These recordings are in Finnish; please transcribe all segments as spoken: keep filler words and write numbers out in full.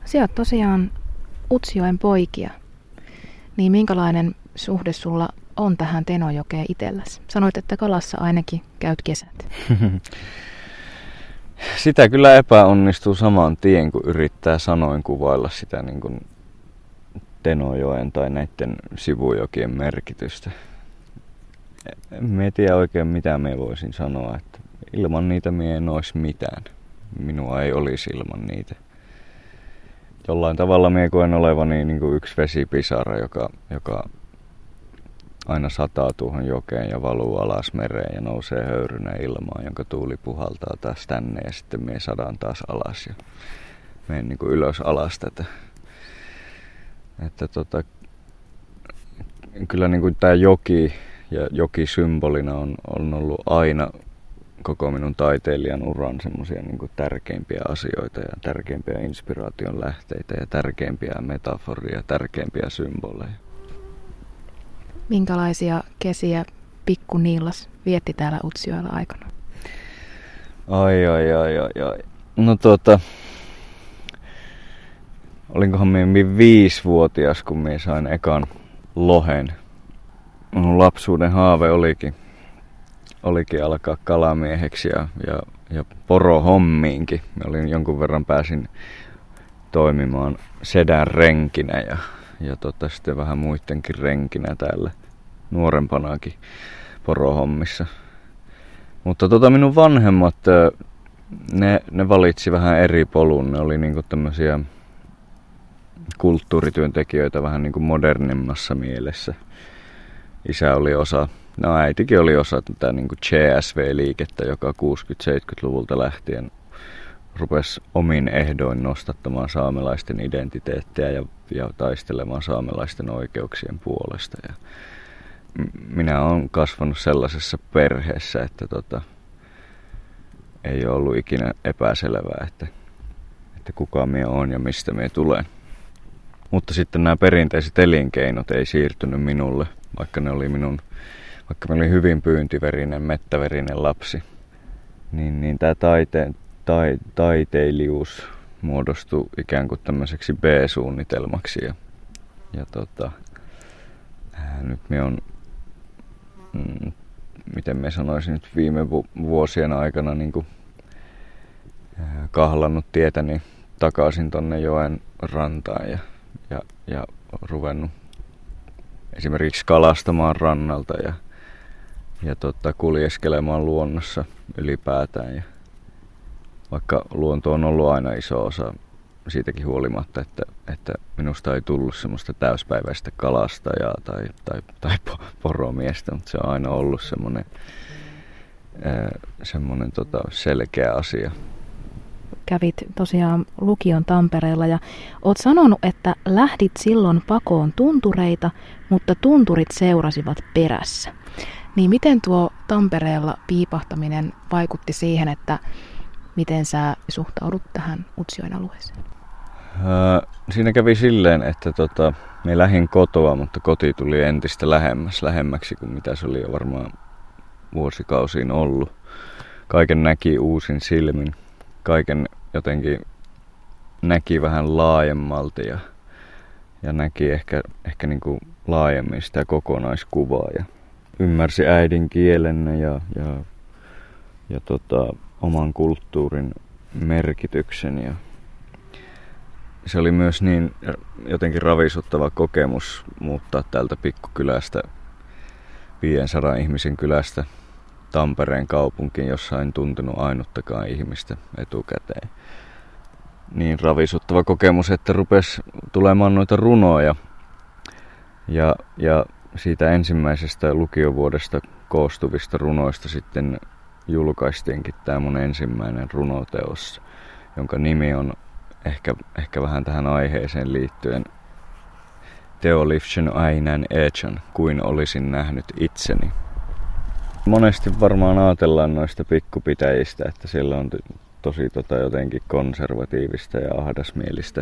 Sinä olet tosiaan Utsjoen poikia. Niin minkälainen suhde sulla on tähän Tenojokeen itselläsi? Sanoit, että kalassa ainakin käyt kesät. Sitä kyllä epäonnistuu saman tien, kun yrittää sanoin kuvailla sitä niin kuin Tenojoen tai näiden sivujokien merkitystä. En tiedä oikein mitä me voisin sanoa, että ilman niitä mie en olisi mitään. Minua ei olisi ilman niitä. Jollain tavalla mie koen olevani niin kuin yksi vesipisara, joka, joka aina sataa tuohon jokeen ja valuu alas mereen ja nousee höyrynä ilmaan, jonka tuuli puhaltaa taas tänne ja sitten mie sadan taas alas ja menen niin kuin ylös alas tätä. Että tota, kyllä niin kuin tää joki ja joki symbolina on, on ollut aina koko minun taiteilijan uran semmoisia niin kuin tärkeimpiä asioita ja tärkeimpiä inspiraation lähteitä ja tärkeimpiä metaforia, tärkeimpiä symboleja. Minkälaisia kesiä pikku Niilas vietti täällä Utsjoella aikana? Ai ai ai ai ai. No tuota, olinkohan minä viisivuotias, kun minä sain ekan lohen. Minun lapsuuden haave olikin, olikin alkaa kalamieheksi ja, ja, ja porohommiinkin. Mä olin jonkun verran pääsin toimimaan sedän renkinä ja, ja tota, sitten vähän muidenkin renkinä täällä nuorempanakin porohommissa. Mutta tota, minun vanhemmat, ne, ne valitsi vähän eri polun. Ne oli niinku tämmösiä kulttuurityöntekijöitä vähän niinku modernimmassa mielessä. Isä oli osa, no äitikin oli osa tätä niinku J S V-liikettä, joka kuusikymmentä-seitsemänkymmentäluvulta lähtien rupesi omin ehdoin nostattamaan saamelaisten identiteettiä ja, ja taistelemaan saamelaisten oikeuksien puolesta. Ja minä olen kasvanut sellaisessa perheessä, että tota, ei ole ollut ikinä epäselvää, että, että kuka minä olen ja mistä minä tulen. Mutta sitten nämä perinteiset elinkeinot ei siirtynyt minulle, vaikka ne oli minun, vaikka minä olin hyvin pyyntiverinen, mettäverinen lapsi. Niin, niin tämä taiteen, tai, taiteilijuus muodostui ikään kuin tämmöiseksi B-suunnitelmaksi. Ja, ja tota, ää, nyt minä olen, mm, miten minä sanoisin, nyt viime vuosien aikana niin kuin, ää, kahlannut tietäni takaisin tonne joen rantaan ja Ja, ja ruvennut esimerkiksi kalastamaan rannalta ja, ja tota, kuljeskelemaan luonnossa ylipäätään. Ja vaikka luonto on ollut aina iso osa siitäkin huolimatta, että, että minusta ei tullut semmoista täyspäiväistä kalastajaa tai, tai, tai poromiestä, mutta se on aina ollut semmoinen, ää, semmoinen tota, selkeä asia. Kävit tosiaan lukion Tampereella ja oot sanonut, että lähdit silloin pakoon tuntureita, mutta tunturit seurasivat perässä. Niin miten tuo Tampereella piipahtaminen vaikutti siihen, että miten sä suhtaudut tähän Utsjoen alueeseen? Öö, siinä kävi silleen, että tota, me lähdin kotoa, mutta koti tuli entistä lähemmäs, lähemmäksi kuin mitä se oli jo varmaan vuosikausiin ollut. Kaiken näki uusin silmin. Kaiken jotenkin näki vähän laajemmalti ja, ja näki ehkä, ehkä niin kuin laajemmin sitä kokonaiskuvaa ja ymmärsi äidin kielen ja, ja, ja tota, oman kulttuurin merkityksen. Ja se oli myös niin jotenkin ravisuttava kokemus muuttaa täältä pikkukylästä, viisisataa ihmisen kylästä Tampereen kaupunkiin, jossa en tuntenut ainuttakaan ihmistä etukäteen. Niin ravisuttava kokemus, että rupesi tulemaan noita runoja. Ja, ja siitä ensimmäisestä lukiovuodesta koostuvista runoista sitten julkaistiinkin tämä mun ensimmäinen runoteos, jonka nimi on ehkä, ehkä vähän tähän aiheeseen liittyen Teo Lifchen Ainän Echan, kuin olisin nähnyt itseni. Monesti varmaan ajatellaan noista pikkupitäjistä, että siellä on tosi tota jotenkin konservatiivista ja ahdasmielistä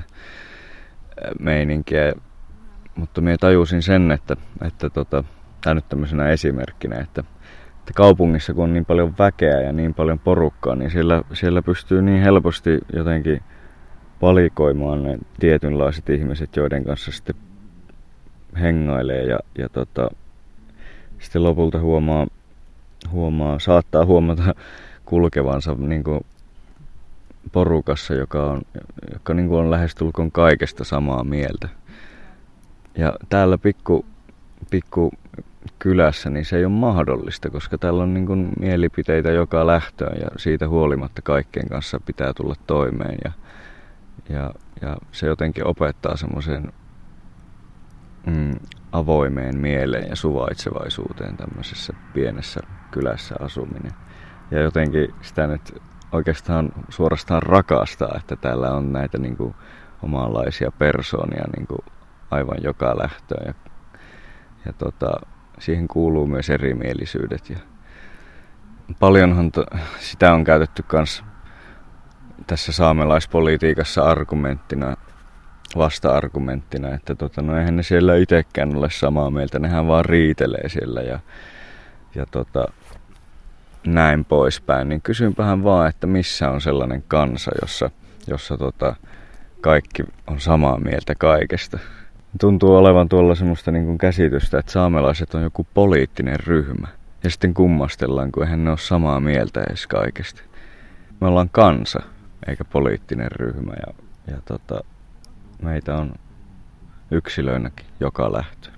meininkiä. Mutta minä tajusin sen, että, että tota, tämä nyt tämmöisenä esimerkkinä, että, että kaupungissa kun on niin paljon väkeä ja niin paljon porukkaa, niin siellä, siellä pystyy niin helposti jotenkin valikoimaan ne tietynlaiset ihmiset, joiden kanssa sitten hengailee ja, ja tota, sitten lopulta huomaa, huomaa, saattaa huomata kulkevansa niin kuin porukassa, joka on, joka niin kuin on lähestulkoon kaikesta samaa mieltä. Ja täällä pikku, pikku kylässä niin se ei ole mahdollista, koska täällä on niin kuin mielipiteitä joka lähtöön ja siitä huolimatta kaikkien kanssa pitää tulla toimeen. Ja, ja, ja se jotenkin opettaa semmoisen mm, avoimeen mieleen ja suvaitsevaisuuteen tämmöisessä pienessä kylässä asuminen. Ja jotenkin sitä nyt oikeastaan suorastaan rakastaa, että täällä on näitä niin kuin omanlaisia persoonia niin kuin aivan joka lähtöön. Ja, ja tota, siihen kuuluu myös erimielisyydet. Ja paljonhan to, sitä on käytetty myös tässä saamelaispolitiikassa argumenttina, vasta-argumenttina, että tota, no eihän ne siellä itsekään ole samaa mieltä, nehän vaan riitelee siellä ja, ja tota, näin poispäin. Niin kysynpähän vaan, että missä on sellainen kansa, jossa, jossa tota, kaikki on samaa mieltä kaikesta. Tuntuu olevan tuolla semmoista niin kuin käsitystä, että saamelaiset on joku poliittinen ryhmä. Ja sitten kummastellaan, kun eihän ne ole samaa mieltä edes kaikesta. Me ollaan kansa, eikä poliittinen ryhmä. Ja, ja tota, meitä on yksilöinäkin joka lähtöön.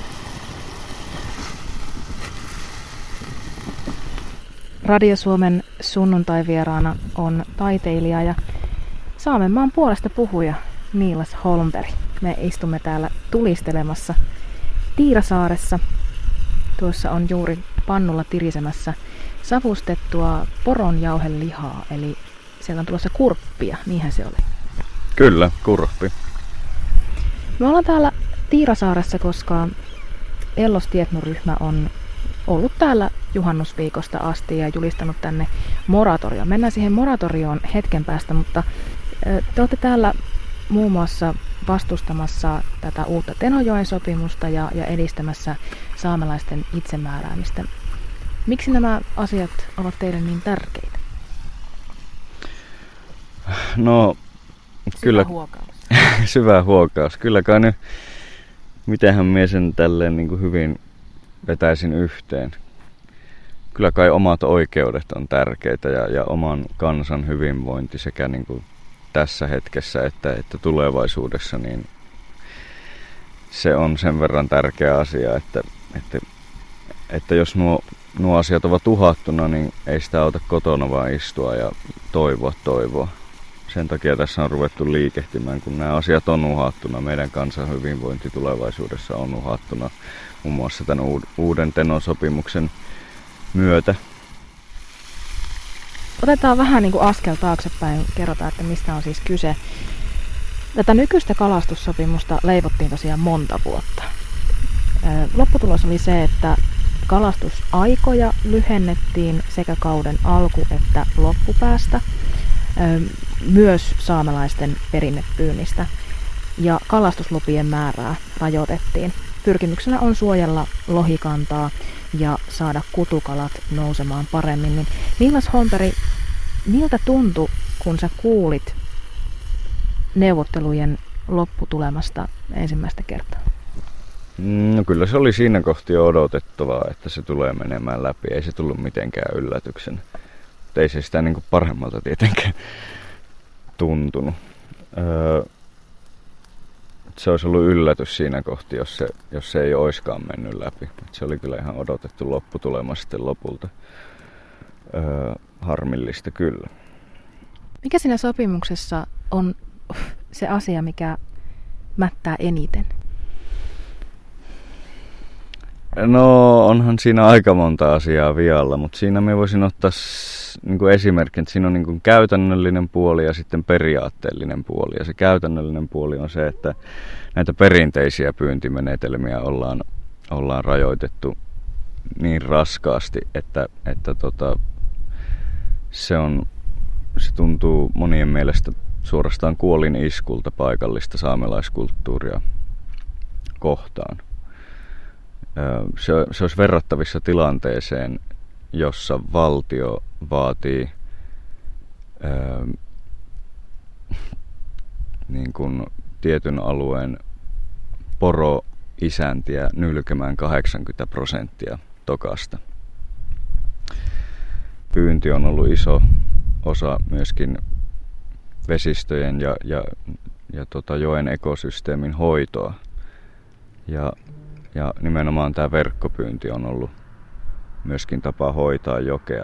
Radio Suomen sunnuntaivieraana on taiteilija ja Saamenmaan puolesta puhuja Niilas Holmberg. Me istumme täällä tulistelemassa Tiirasaaressa. Tuossa on juuri pannulla tirisemässä savustettua poronjauhelihaa, eli sieltä on tulossa kurppia, niinhän se oli. Kyllä, kurppi. Me ollaan täällä Tiirasaaressa, koska Ellos Tietnu-ryhmä on ollut täällä juhannusviikosta asti ja julistanut tänne moratorioon. Mennään siihen moratorioon hetken päästä, mutta te olette täällä muun muassa vastustamassa tätä uutta Tenojoen sopimusta ja, ja edistämässä saamelaisten itsemääräämistä. Miksi nämä asiat ovat teille niin tärkeitä? No, Syvä kyllä. huokaus. Syvä huokaus. Kyllä kai nyt, mitenhän minä sen tälleen niin kuin hyvin vetäisin yhteen. Kyllä kai omat oikeudet on tärkeitä ja, ja oman kansan hyvinvointi sekä niin kuin tässä hetkessä että, että tulevaisuudessa, niin se on sen verran tärkeä asia, että, että, että jos nuo, nuo asiat ovat uhattuna, niin ei sitä auta kotona vaan istua ja toivoa toivoa. Sen takia tässä on ruvettu liikehtimään, kun nämä asiat on uhattuna. Meidän kansan hyvinvointi tulevaisuudessa on uhattuna muun muassa tämän uuden Teno-sopimuksen myötä. Otetaan vähän niin kuin askel taaksepäin, kerrotaan, että mistä on siis kyse. Tätä nykyistä kalastussopimusta leivottiin tosiaan monta vuotta. Lopputulos oli se, että kalastusaikoja lyhennettiin sekä kauden alku- että loppupäästä, myös saamelaisten perinnepyynnistä, ja kalastuslupien määrää rajoitettiin. Pyrkimyksenä on suojella lohikantaa ja saada kutukalat nousemaan paremmin. Niin Niilas Holmberg, miltä tuntui, kun sä kuulit neuvottelujen lopputulemasta ensimmäistä kertaa? No kyllä se oli siinä kohti odotettavaa, että se tulee menemään läpi. Ei se tullut mitenkään yllätyksen. Mutta ei se sitä niin kuin paremmalta tietenkään tuntunut. Öö, se olisi ollut yllätys siinä kohti, jos se, jos se ei oiskaan mennyt läpi. Se oli kyllä ihan odotettu lopputulema sitten lopulta. Öö, harmillista kyllä. Mikä siinä sopimuksessa on se asia, mikä mättää eniten? No onhan siinä aika monta asiaa vialla, mutta siinä me voisin ottaa niin kuin esimerkin, että siinä on niin kuin käytännöllinen puoli ja sitten periaatteellinen puoli. Ja se käytännöllinen puoli on se, että näitä perinteisiä pyyntimenetelmiä ollaan, ollaan rajoitettu niin raskaasti, että, että tota, se, on, se tuntuu monien mielestä suorastaan kuolin iskulta paikallista saamelaiskulttuuria kohtaan. Se, se olisi verrattavissa tilanteeseen, jossa valtio vaatii ö, niin kuin tietyn alueen poroisäntiä nylkemään kahdeksankymmentä prosenttia tokasta. Pyynti on ollut iso osa myöskin vesistöjen ja, ja, ja tota joen ekosysteemin hoitoa. Ja, ja nimenomaan tämä verkkopyynti on ollut myöskin tapa hoitaa jokea.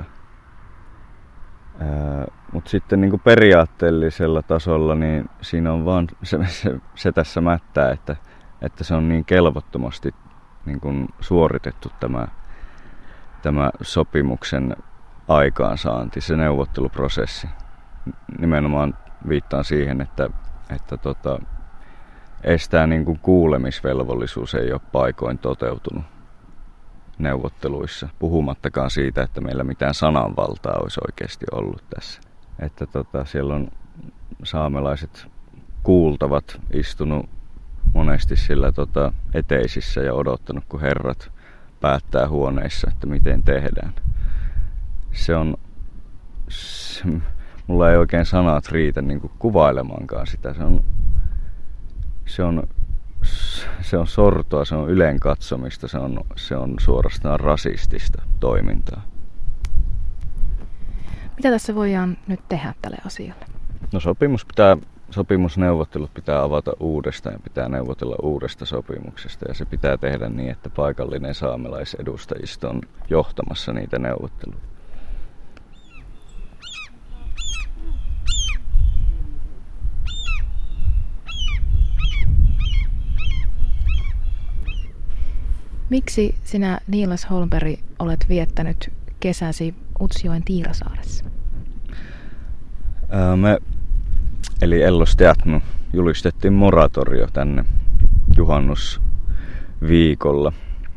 Mutta sitten niin kuin periaatteellisella tasolla niin siinä on vaan se, se, se tässä mättää, että, että se on niin kelvottomasti niin kuin suoritettu tämä, tämä sopimuksen aikaansaanti, se neuvotteluprosessi. Nimenomaan viittaan siihen, että, että tota, estää niin kuin kuulemisvelvollisuus ei ole paikoin toteutunut neuvotteluissa, puhumattakaan siitä, että meillä mitään sananvaltaa olisi oikeasti ollut tässä. Että tota, siellä on saamelaiset kuultavat istunut monesti sillä tota, eteisissä ja odottanut, kun herrat päättää huoneissa, että miten tehdään. Se on, se, mulla ei oikein sanat riitä niin kuin kuvailemaankaan sitä. Se on, se on Se on sortoa, se on ylen katsomista, se on, se on suorastaan rasistista toimintaa. Mitä tässä voidaan nyt tehdä tälle asialle? No sopimus pitää, sopimusneuvottelut pitää avata uudestaan ja pitää neuvotella uudesta sopimuksesta. Ja se pitää tehdä niin, että paikallinen saamelaisedustajisto on johtamassa niitä neuvotteluja. Miksi sinä, Niilas Holmberg, olet viettänyt kesäsi Utsjoen Tiirasaaressa? Ää, me, eli Ellos Teatmu, julistettiin moratorio tänne juhannusviikolla.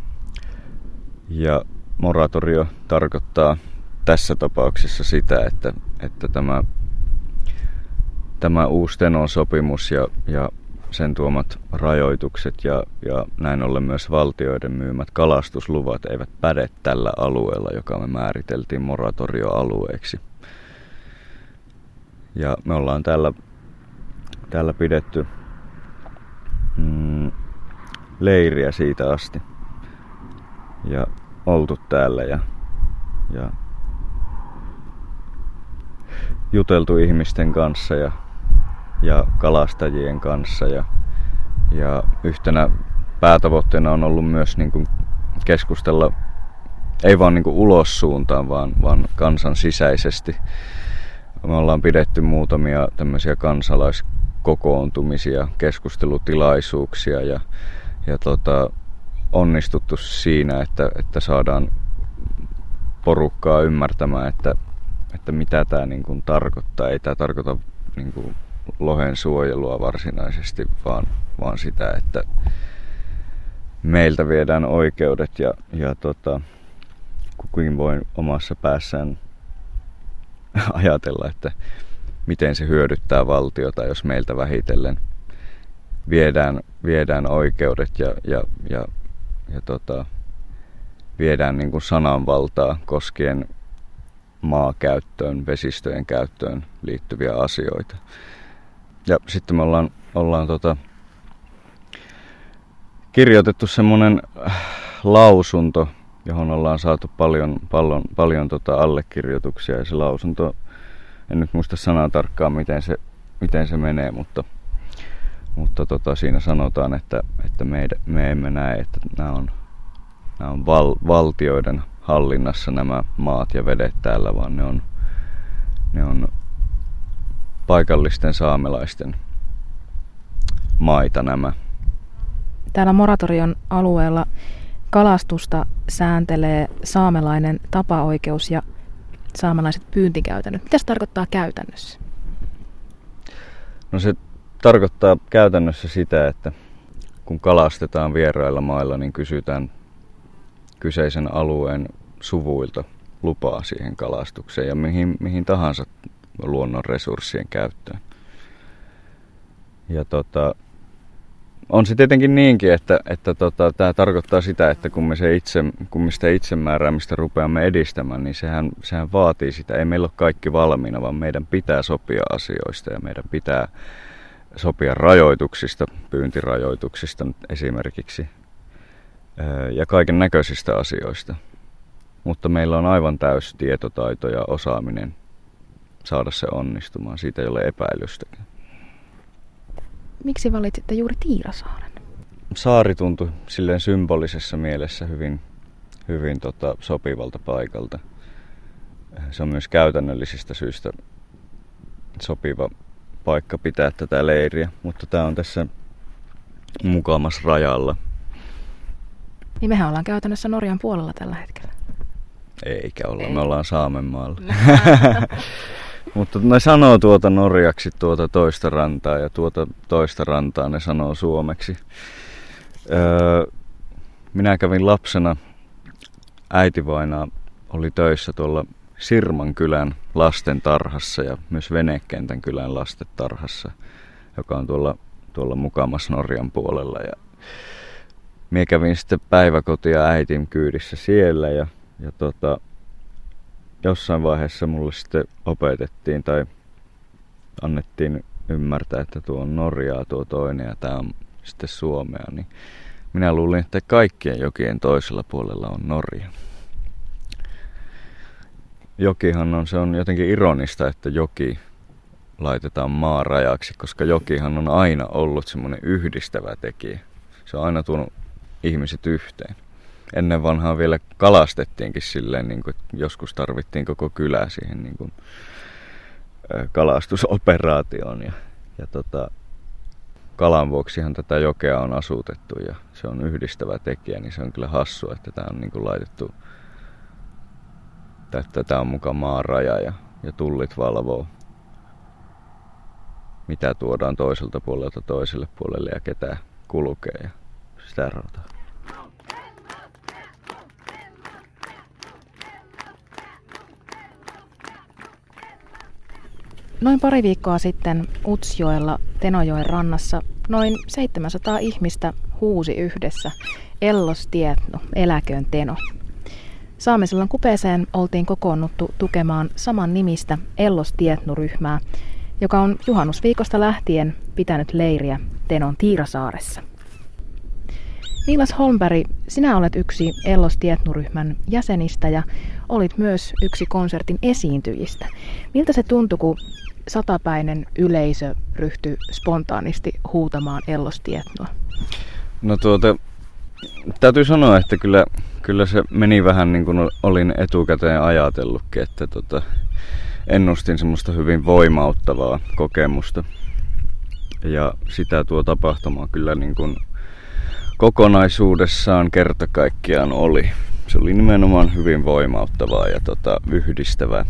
Ja moratorio tarkoittaa tässä tapauksessa sitä, että, että tämä, tämä uusi Tenon sopimus ja, ja sen tuomat rajoitukset ja, ja näin ollen myös valtioiden myymät kalastusluvat eivät päde tällä alueella, joka me määriteltiin moratorioalueeksi. Ja me ollaan täällä, täällä pidetty mm, leiriä siitä asti ja oltu täällä ja, ja juteltu ihmisten kanssa ja ja kalastajien kanssa ja, ja yhtenä päätavoitteena on ollut myös niin kuin keskustella ei vaan niin kuin ulos suuntaan, vaan, vaan kansan sisäisesti. Me ollaan pidetty muutamia tämmöisiä kansalaiskokoontumisia, keskustelutilaisuuksia ja, ja tota, onnistuttu siinä, että, että saadaan porukkaa ymmärtämään, että, että mitä tämä niin kuin tarkoittaa. Ei tämä tarkoita niin kuin lohen suojelua varsinaisesti, vaan, vaan sitä, että meiltä viedään oikeudet ja, ja tota, kukin voi omassa päässään ajatella, että miten se hyödyttää valtiota, jos meiltä vähitellen viedään, viedään oikeudet ja, ja, ja, ja tota, viedään niin kuin sananvaltaa koskien maakäyttöön, vesistöjen käyttöön liittyviä asioita. Ja sitten me ollaan, ollaan tota, kirjoitettu semmoinen lausunto, johon ollaan saatu paljon, paljon, paljon tota allekirjoituksia. Ja se lausunto, en nyt muista sanaa tarkkaan, miten se, miten se menee, mutta, mutta tota, siinä sanotaan, että, että me, me emme näe, että nämä on, nämä on val, valtioiden hallinnassa nämä maat ja vedet täällä, vaan ne on, ne on paikallisten saamelaisten maita nämä. Täällä moratorion alueella kalastusta sääntelee saamelainen tapaoikeus ja saamelaiset pyyntikäytännöt. Mitä se tarkoittaa käytännössä? No se tarkoittaa käytännössä sitä, että kun kalastetaan vierailla mailla, niin kysytään kyseisen alueen suvuilta lupaa siihen kalastukseen ja mihin, mihin tahansa luonnon resurssien käyttöön. Ja tota, on se tietenkin niinkin, että, että tota, tämä tarkoittaa sitä, että kun me, se itse, kun me sitä itsemääräämistä rupeamme edistämään, niin sehän, sehän vaatii sitä. Ei meillä ole kaikki valmiina, vaan meidän pitää sopia asioista ja meidän pitää sopia rajoituksista, pyyntirajoituksista esimerkiksi ja kaiken näköisistä asioista. Mutta meillä on aivan täys tietotaito ja osaaminen saada se onnistumaan. Siitä ei ole epäilystäkään. Miksi valitsitte juuri Tiirasaaren? Saari tuntui silleen symbolisessa mielessä hyvin, hyvin tota, sopivalta paikalta. Se on myös käytännöllisistä syistä sopiva paikka pitää tätä leiriä, mutta tämä on tässä mukamas rajalla. Niin mehän ollaan käytännössä Norjan puolella tällä hetkellä. Eikä olla, Ei. me ollaan Saamenmaalla. Mutta ne sanoo tuota norjaksi tuota toista rantaa ja tuota toista rantaa ne sanoo suomeksi. Öö, minä kävin lapsena, äitivainaa oli töissä tuolla Sirman kylän lastentarhassa ja myös Venekentän kylän lastentarhassa, joka on tuolla, tuolla mukamas Norjan puolella. Ja minä kävin sitten päiväkotia äitin kyydissä siellä ja, ja tota, jossain vaiheessa mulle sitten opetettiin tai annettiin ymmärtää, että tuo on Norjaa tuo toinen ja tämä on sitten Suomea. Niin minä luulin, että kaikkien jokien toisella puolella on Norja. Jokihan on, se on jotenkin ironista, että joki laitetaan maarajaksi, koska jokihan on aina ollut semmoinen yhdistävä tekijä. Se on aina tuonut ihmiset yhteen. Ennen vanhaa vielä kalastettiinkin silleen, niin kuin, että joskus tarvittiin koko kylä siihen niin kuin, kalastusoperaatioon. Ja, ja tota, kalan vuoksihan tätä jokea on asutettu ja se on yhdistävä tekijä, niin se on kyllä hassua, että tämä on niin kuin laitettu, että tämä on mukaan maaraja ja, ja tullit valvoo, mitä tuodaan toiselta puolelta toiselle puolelle ja ketä kulkee ja sitä rataa. Noin pari viikkoa sitten Utsjoella Tenojoen rannassa noin seitsemänsataa ihmistä huusi yhdessä Ellos Tietnu, eläköön Teno. Saamesillan kupeeseen oltiin kokoonnuttu tukemaan saman nimistä Ellos Tietnu-ryhmää, joka on juhannusviikosta lähtien pitänyt leiriä Tenon Tiirasaaressa. Niilas Holmberg, sinä olet yksi Ellos Tietnu-ryhmän jäsenistä ja olit myös yksi konsertin esiintyjistä. Miltä se tuntui, kun satapäinen yleisö ryhtyi spontaanisti huutamaan Ellos Tietnua? No tuota, täytyy sanoa, että kyllä, kyllä se meni vähän niin kuin olin etukäteen ajatellutkin, että tota, ennustin semmoista hyvin voimauttavaa kokemusta. Ja sitä tuo tapahtuma kyllä niin kuin kokonaisuudessaan kerta kaikkiaan oli. Se oli nimenomaan hyvin voimauttavaa ja tota, yhdistävä,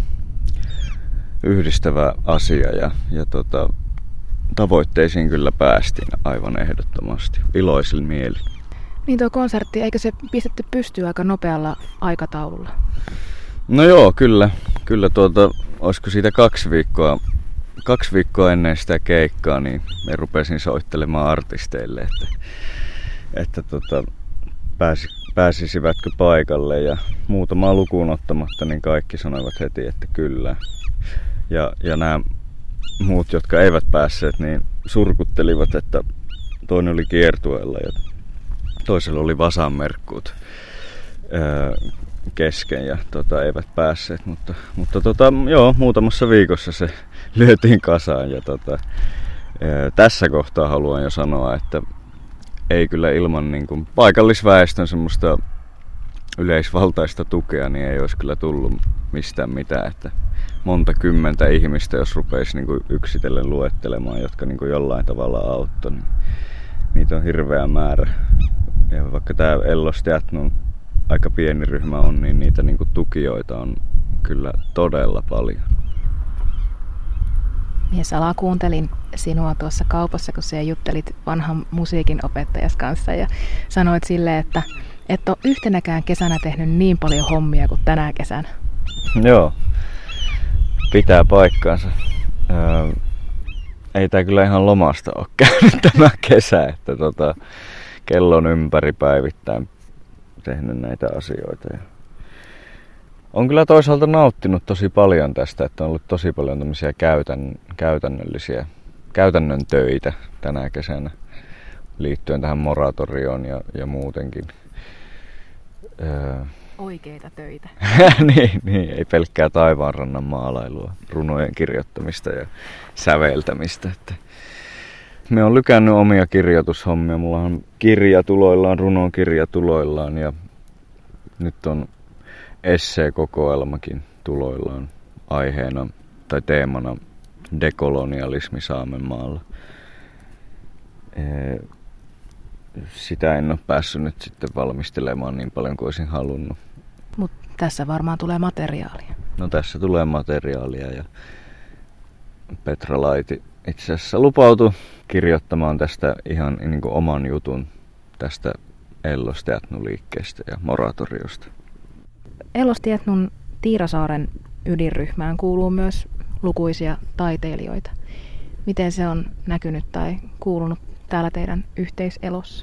yhdistävä asia ja, ja tota, tavoitteisiin kyllä päästiin aivan ehdottomasti, iloisin mielin. Niin tuo konsertti, eikö se pistetty pystyyn aika nopealla aikataululla? No joo, kyllä. Kyllä tuota, olisiko siitä kaksi viikkoa, kaksi viikkoa ennen sitä keikkaa, niin me rupesin soittelemaan artisteille, että, että tota, pääsi, pääsisivätkö paikalle ja muutamaa lukuun ottamatta, niin kaikki sanoivat heti, että kyllä. Ja, ja nämä muut, jotka eivät päässeet, niin surkuttelivat, että toinen oli kiertueella ja toisella oli vasanmerkkut öö, kesken ja tota, eivät päässeet, mutta, mutta tota, joo, muutamassa viikossa se lyötiin kasaan ja tota, öö, tässä kohtaa haluan jo sanoa, että ei kyllä ilman niin kuin paikallisväestön semmoista yleisvaltaista tukea, niin ei olisi kyllä tullut mistään mitään, että monta kymmentä ihmistä, jos rupeisi niin kuin yksitellen luettelemaan, jotka niin kuin jollain tavalla auttoi, niin niitä on hirveä määrä. Ja vaikka tämä Ellos Tietnun aika pieni ryhmä on, niin niitä niin kuin tukijoita on kyllä todella paljon. Minä salaa kuuntelin sinua tuossa kaupassa, kun sinä juttelit vanhan musiikin opettajas kanssa ja sanoit silleen, että et ole yhtenäkään kesänä tehnyt niin paljon hommia kuin tänä kesänä. Joo, pitää paikkaansa. Öö, ei tää kyllä ihan lomasta ole käynyt tämä kesä, että tota, kellon ympäri päivittäin tehnyt näitä asioita. Ja on kyllä toisaalta nauttinut tosi paljon tästä, että on ollut tosi paljon tämmöisiä käytän, käytännöllisiä käytännön töitä tänä kesänä liittyen tähän moratorioon ja, ja muutenkin. Öö, Oikeita töitä. niin, niin, ei pelkkää taivaanrannan maalailua, runojen kirjoittamista ja säveltämistä. Että me on lykännyt omia kirjoitushommia. Mulla on kirja tuloillaan, runon kirja tuloillaan ja nyt on esseekokoelmakin tuloillaan aiheena tai teemana dekolonialismi Saamenmaalla. Sitä en ole päässyt nyt sitten valmistelemaan niin paljon kuin olisin halunnut. Mutta tässä varmaan tulee materiaalia. No tässä tulee materiaalia ja Petra Laiti itse asiassa lupautui kirjoittamaan tästä ihan niin kuin oman jutun tästä Ellos Teatnu-liikkeestä ja moratoriosta. Ellos Teatnun Tiirasaaren ydinryhmään kuuluu myös lukuisia taiteilijoita. Miten se on näkynyt tai kuulunut täällä teidän yhteiselossa?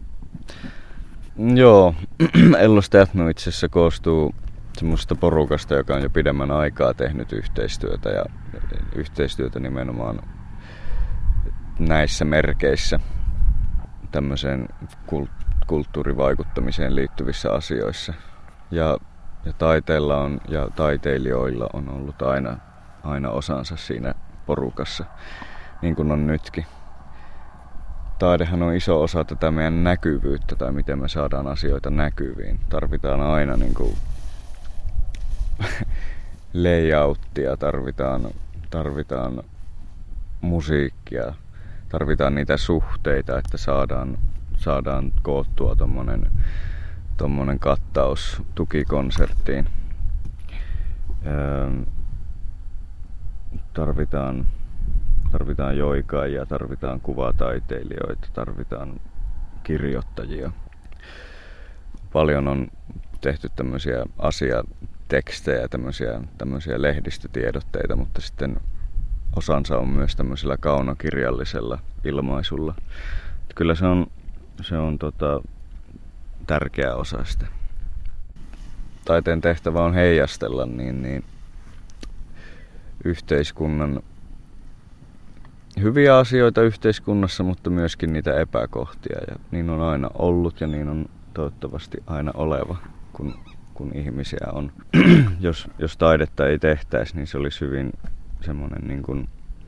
Joo, Ellos Teatnu itse asiassa koostuu semmoista porukasta, joka on jo pidemmän aikaa tehnyt yhteistyötä ja yhteistyötä nimenomaan näissä merkeissä tämmöiseen kulttuurivaikuttamiseen liittyvissä asioissa. Ja, ja taiteella on ja taiteilijoilla on ollut aina, aina osansa siinä porukassa, niin kuin on nytkin. Taidehan on iso osa tätä meidän näkyvyyttä tai miten me saadaan asioita näkyviin. Tarvitaan aina niin kuin layouttia, tarvitaan, tarvitaan musiikkia, tarvitaan niitä suhteita, että saadaan, saadaan koottua tommonen, tommonen kattaus tukikonserttiin. Öö, tarvitaan, tarvitaan joikaajia, tarvitaan kuvataiteilijoita, tarvitaan kirjoittajia. Paljon on tehty tämmöisiä asiatekstejä, tämmöisiä, tämmöisiä lehdistötiedotteita, mutta sitten osansa on myös tämmöisellä kaunokirjallisella ilmaisulla. Kyllä se on, se on tota, tärkeä osa sitä. Taiteen tehtävä on heijastella niin, niin yhteiskunnan hyviä asioita yhteiskunnassa, mutta myöskin niitä epäkohtia. Ja niin on aina ollut ja niin on toivottavasti aina oleva, kun, kun ihmisiä on. jos, jos taidetta ei tehtäisi, niin se olisi hyvin semmoinen niin kuin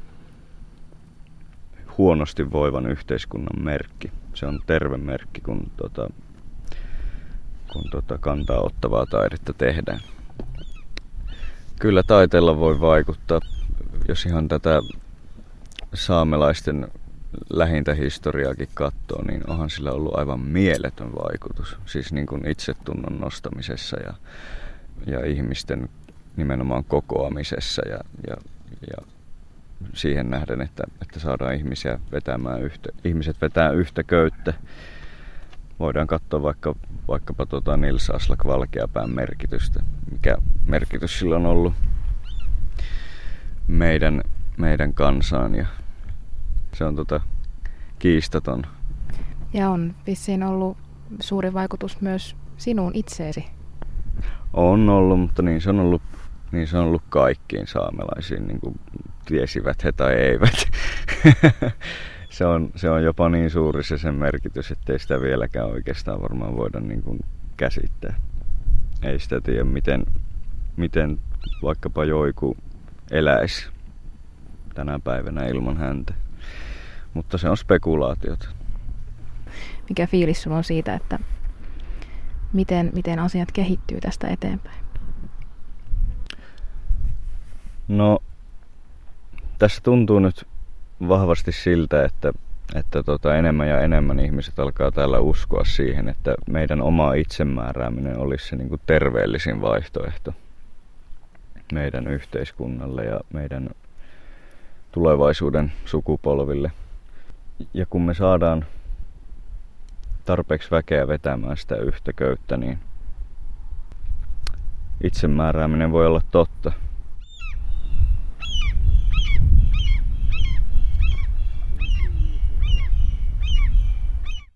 huonosti voivan yhteiskunnan merkki. Se on terve merkki, kun, tota, kun tota kantaa ottavaa taidetta tehdään. Kyllä taiteella voi vaikuttaa, jos ihan tätä saamelaisten lähintä historiaakin katsoo, niin onhan sillä ollut aivan mieletön vaikutus. Siis niin kuin itsetunnon nostamisessa ja, ja ihmisten nimenomaan kokoamisessa ja, ja, ja siihen nähden, että, että saadaan ihmisiä vetämään yhtä, ihmiset vetää yhtä köyttä. Voidaan katsoa vaikka, vaikkapa tuota Nils Aslak Valkeapään merkitystä, mikä merkitys sillä on ollut meidän, meidän kansaan ja se on tota kiistaton. Ja on vissiin ollut suuri vaikutus myös sinuun itseesi. On ollut, mutta niin se on ollut, niin se on ollut kaikkiin saamelaisiin, niin kuin tiesivät he tai eivät. se, on, se on jopa niin suuri se sen merkitys, ettei sitä vieläkään oikeastaan varmaan voida niin kuin käsittää. Ei sitä tiedä, miten, miten vaikkapa joiku eläisi tänä päivänä ilman häntä. Mutta se on spekulaatiota. Mikä fiilis sulla on siitä, että miten, miten asiat kehittyy tästä eteenpäin? No, tässä tuntuu nyt vahvasti siltä, että, että tota, enemmän ja enemmän ihmiset alkaa täällä uskoa siihen, että meidän oma itsemäärääminen olisi se niin kuin terveellisin vaihtoehto meidän yhteiskunnalle ja meidän tulevaisuuden sukupolville. Ja kun me saadaan tarpeeksi väkeä vetämään sitä yhtä köyttä, niin itsemäärääminen voi olla totta.